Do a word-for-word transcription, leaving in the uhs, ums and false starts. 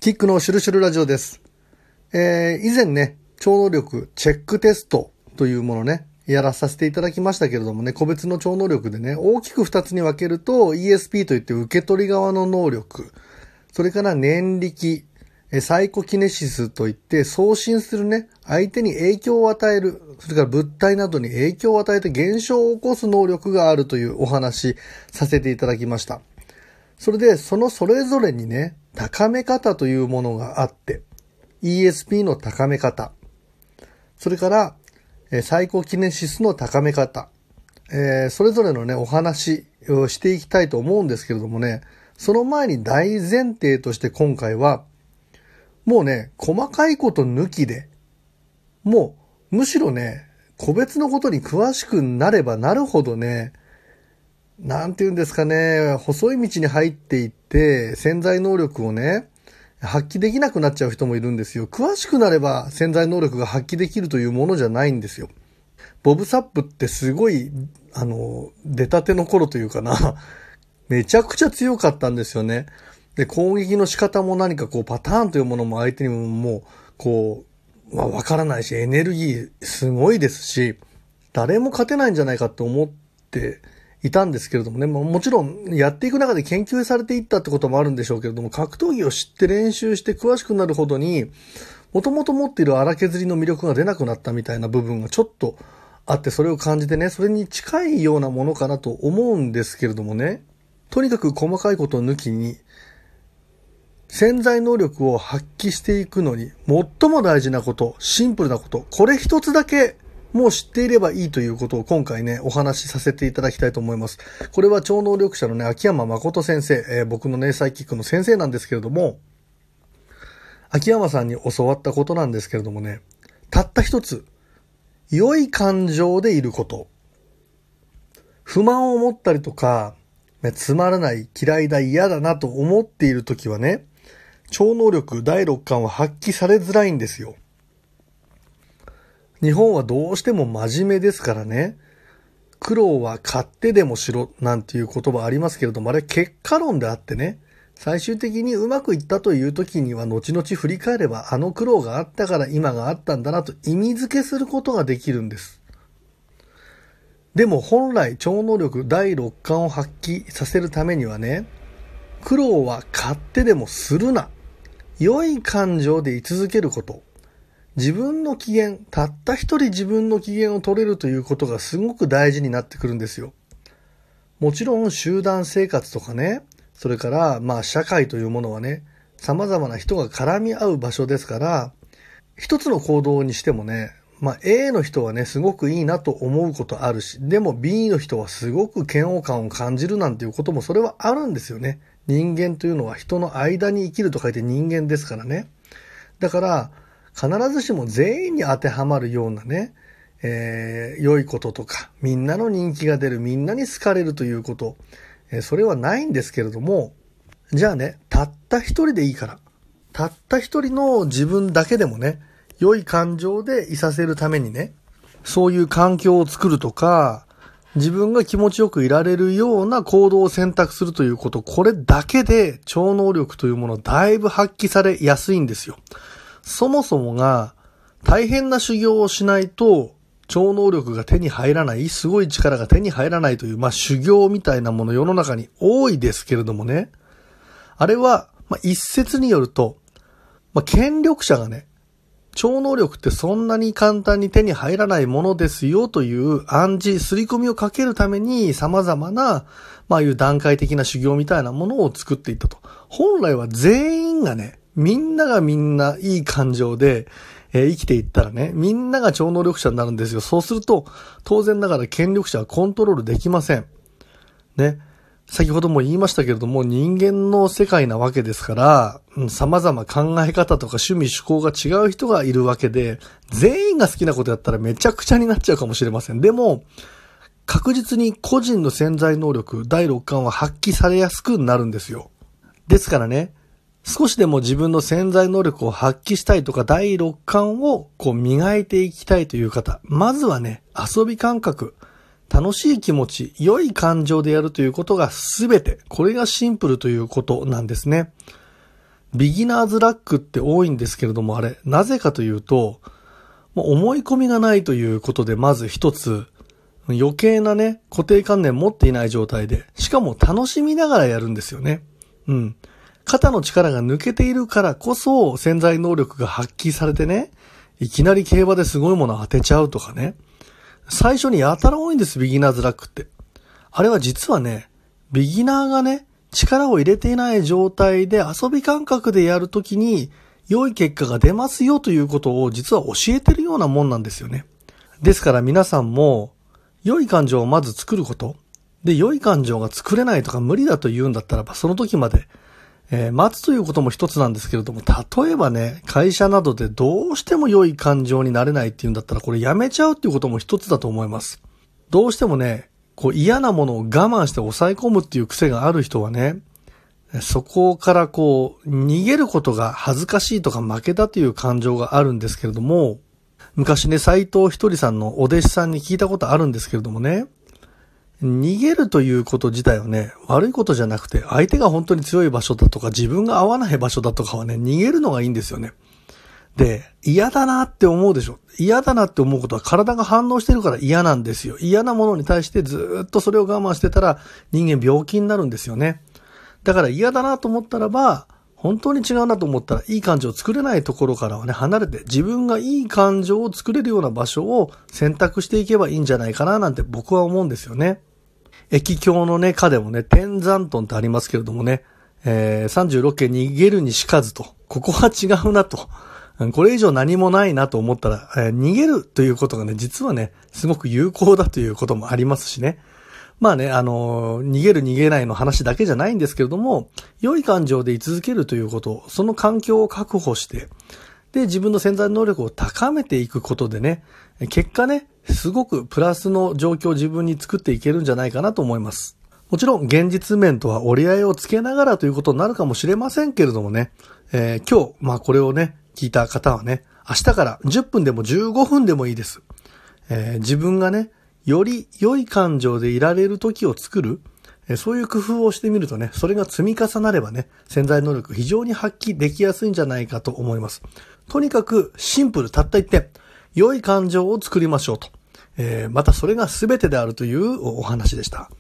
キックのシュルシュルラジオです。えー、以前ね、超能力チェックテストというものね、やらさせていただきましたけれどもね、個別の超能力でね、大きく二つに分けると イーエスピー といって受け取り側の能力、それから念力、サイコキネシスといって送信するね、相手に影響を与える、それから物体などに影響を与えて現象を起こす能力があるというお話させていただきました。それで、そのそれぞれにね、高め方というものがあって、イーエスピー の高め方、それからサイコキネシスの高め方、えー、それぞれのね、お話をしていきたいと思うんですけれどもね、その前に大前提として今回は、もうね、細かいこと抜きで、もうむしろね、個別のことに詳しくなればなるほどね、なんて言うんですかね、細い道に入っていって潜在能力をね、発揮できなくなっちゃう人もいるんですよ。詳しくなれば潜在能力が発揮できるというものじゃないんですよ。ボブサップってすごい、あの、出たての頃というかな、めちゃくちゃ強かったんですよね。で、攻撃の仕方も何かこうパターンというものも相手にももう、こう、まあ、わからないし、エネルギーすごいですし、誰も勝てないんじゃないかって思っていたんですけれどもね、まあ、もちろんやっていく中で研究されていったってこともあるんでしょうけれども、格闘技を知って練習して詳しくなるほどに、もともと持っている荒削りの魅力が出なくなったみたいな部分がちょっとあって、それを感じてね、それに近いようなものかなと思うんですけれどもね、とにかく細かいことを抜きに、潜在能力を発揮していくのに最も大事なこと、シンプルなこと、これ一つだけもう知っていればいいということを今回ね、お話しさせていただきたいと思います。これは超能力者のね、秋山誠先生、えー、僕のね、サイキックの先生なんですけれども、秋山さんに教わったことなんですけれどもね、たった一つ、良い感情でいること。不満を持ったりとか、つまらない、嫌いだ、嫌だなと思っているときはね、超能力だいろっかんは発揮されづらいんですよ。日本はどうしても真面目ですからね、苦労は買ってでもしろなんていう言葉ありますけれども、あれ結果論であってね、最終的にうまくいったという時には後々振り返ればあの苦労があったから今があったんだなと意味付けすることができるんです。でも本来超能力だいろっかんを発揮させるためにはね、苦労は買ってでもするな。良い感情で居続けること。自分の機嫌、たった一人自分の機嫌を取れるということがすごく大事になってくるんですよ。もちろん集団生活とかね、それからまあ社会というものはね、様々な人が絡み合う場所ですから、一つの行動にしてもね、まあ A の人はね、すごくいいなと思うことあるし、でも B の人はすごく嫌悪感を感じるなんていうこともそれはあるんですよね。人間というのは人の間に生きると書いて人間ですからね。だから、必ずしも全員に当てはまるようなね、えー、良いこととか、みんなの人気が出る、みんなに好かれるということ、えー、それはないんですけれども、じゃあね、たった一人でいいから、たった一人の自分だけでもね、良い感情でいさせるためにね、そういう環境を作るとか、自分が気持ちよくいられるような行動を選択するということ、これだけで超能力というものだいぶ発揮されやすいんですよ。そもそもが大変な修行をしないと超能力が手に入らない、すごい力が手に入らないという、まあ修行みたいなもの世の中に多いですけれどもね。あれは、まあ一説によると、まあ権力者がね、超能力ってそんなに簡単に手に入らないものですよという暗示、刷り込みをかけるために様々な、まあいう段階的な修行みたいなものを作っていったと。本来は全員がね、みんながみんないい感情で、えー、生きていったらね、みんなが超能力者になるんですよ。そうすると、当然ながら権力者はコントロールできません。ね。先ほども言いましたけれども、人間の世界なわけですから、うん、様々考え方とか趣味趣向が違う人がいるわけで、全員が好きなことやったらめちゃくちゃになっちゃうかもしれません。でも、確実に個人の潜在能力、だいろっかんは発揮されやすくなるんですよ。ですからね、少しでも自分の潜在能力を発揮したいとか、だいろっかんをこう磨いていきたいという方、まずはね、遊び感覚、楽しい気持ち、良い感情でやるということがすべて、これがシンプルということなんですね。 ビギナーズラックって多いんですけれども、あれ、なぜかというと、もう思い込みがないということで、まず一つ、余計なね、固定観念持っていない状態で、しかも楽しみながらやるんですよね。うん。肩の力が抜けているからこそ潜在能力が発揮されてね、いきなり競馬ですごいものを当てちゃうとかね。最初にやたら多いんです、ビギナーズラックって。あれは実はね、ビギナーがね、力を入れていない状態で遊び感覚でやるときに良い結果が出ますよということを実は教えてるようなもんなんですよね。ですから皆さんも良い感情をまず作ること。で、良い感情が作れないとか無理だと言うんだったらば、その時まで、えー、待つということも一つなんですけれども、例えばね、会社などでどうしても良い感情になれないっていうんだったら、これやめちゃうっていうことも一つだと思います。どうしてもね、こう嫌なものを我慢して抑え込むっていう癖がある人はね、そこからこう、逃げることが恥ずかしいとか負けたという感情があるんですけれども、昔ね、斉藤ひとりさんのお弟子さんに聞いたことあるんですけれどもね、逃げるということ自体はね、悪いことじゃなくて、相手が本当に強い場所だとか、自分が合わない場所だとかはね、逃げるのがいいんですよね。で、嫌だなって思うでしょ。嫌だなって思うことは体が反応してるから嫌なんですよ。嫌なものに対してずっとそれを我慢してたら、人間病気になるんですよね。だから嫌だなと思ったらば、本当に違うなと思ったら、いい感情を作れないところからはね、離れて、自分がいい感情を作れるような場所を選択していけばいいんじゃないかななんて僕は思うんですよね。易経のね、課でもね、天山遁ってありますけれどもね、えー、さんじゅうろっけん逃げるにしかずと、ここは違うなと、これ以上何もないなと思ったら、えー、逃げるということがね、実はね、すごく有効だということもありますしね。まあね、あのー、逃げる逃げないの話だけじゃないんですけれども、良い感情で居続けるということ、その環境を確保して、で、自分の潜在能力を高めていくことでね、結果ね、すごくプラスの状況を自分に作っていけるんじゃないかなと思います。もちろん現実面とは折り合いをつけながらということになるかもしれませんけれどもね、えー、今日、まあこれをね、聞いた方はね、明日からじゅっぷんでもじゅうごふんでもいいです。えー、自分がね、より良い感情でいられる時を作る、えー、そういう工夫をしてみるとね、それが積み重なればね、潜在能力非常に発揮できやすいんじゃないかと思います。とにかくシンプルたった一点、良い感情を作りましょうと。えー、またそれが全てであるというお話でした。